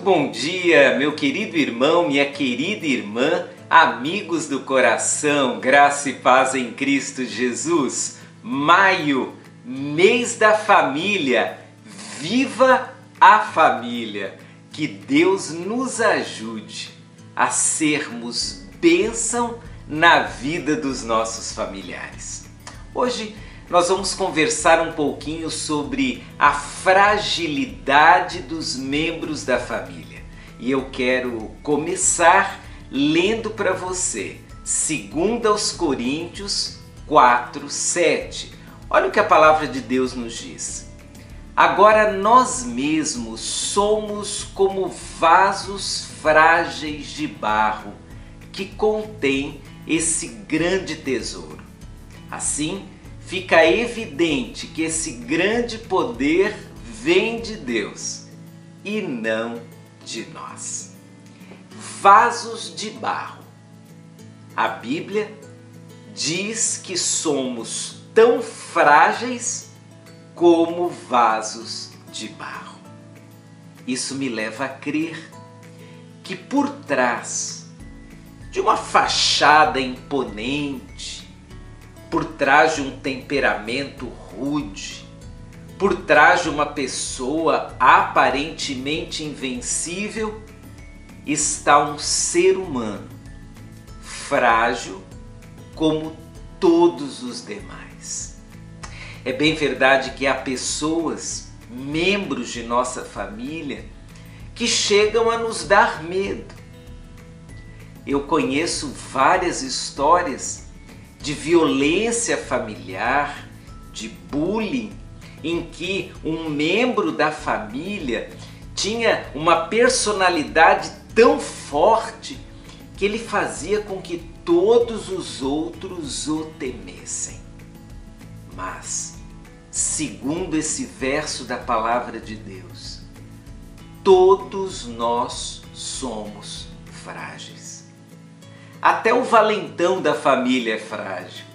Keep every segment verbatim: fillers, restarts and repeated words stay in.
bom dia, meu querido irmão, minha querida irmã, amigos do coração, graça e paz em Cristo Jesus. Maio, mês da família, viva a família! Que Deus nos ajude a sermos bênção na vida dos nossos familiares. Hoje nós vamos conversar um pouquinho sobre a fragilidade dos membros da família. E eu quero começar lendo para você dois aos Coríntios quatro, sete. Olha o que a palavra de Deus nos diz. Agora nós mesmos somos como vasos frágeis de barro que contém esse grande tesouro. Assim, fica evidente que esse grande poder vem de Deus e não de nós. Vasos de barro. A Bíblia diz que somos tão frágeis como vasos de barro. Isso me leva a crer que por trás de uma fachada imponente, por trás de um temperamento rude, por trás de uma pessoa aparentemente invencível, está um ser humano frágil como todos os demais. É bem verdade que há pessoas, membros de nossa família, que chegam a nos dar medo. Eu conheço várias histórias de violência familiar, de bullying, em que um membro da família tinha uma personalidade tão forte que ele fazia com que todos os outros o temessem. Mas, segundo esse verso da palavra de Deus, todos nós somos frágeis. Até o valentão da família é frágil.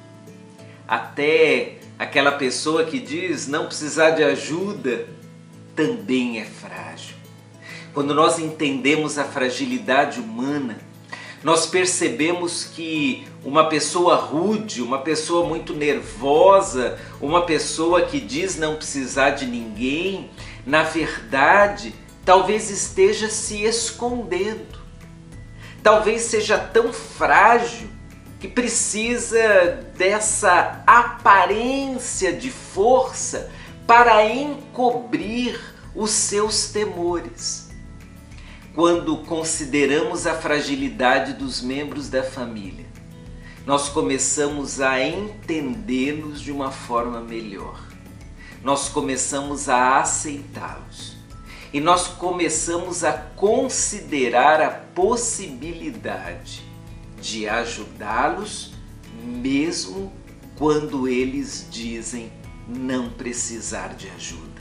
Até aquela pessoa que diz não precisar de ajuda também é frágil. Quando nós entendemos a fragilidade humana, nós percebemos que uma pessoa rude, uma pessoa muito nervosa, uma pessoa que diz não precisar de ninguém, na verdade, talvez esteja se escondendo. Talvez seja tão frágil que precisa dessa aparência de força para encobrir os seus temores. Quando consideramos a fragilidade dos membros da família, nós começamos a entendê-los de uma forma melhor. Nós começamos a aceitá-los. E nós começamos a considerar a possibilidade de ajudá-los mesmo quando eles dizem não precisar de ajuda.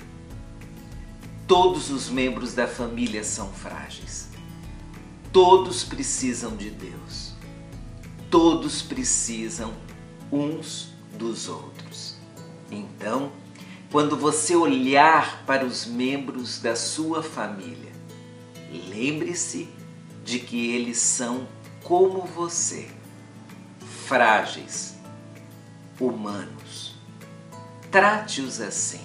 Todos os membros da família são frágeis. Todos precisam de Deus. Todos precisam uns dos outros. Então, quando você olhar para os membros da sua família, lembre-se de que eles são como você, frágeis, humanos. Trate-os assim.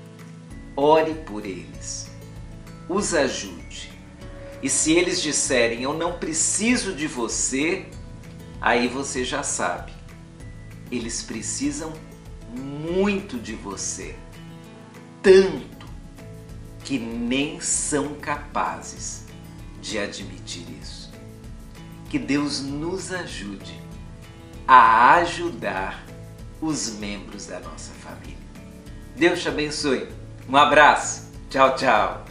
Ore por eles. Os ajude. E se eles disserem, eu não preciso de você, aí você já sabe. Eles precisam muito de você. Tanto que nem são capazes de admitir isso. Que Deus nos ajude a ajudar os membros da nossa família. Deus te abençoe. Um abraço. Tchau, tchau.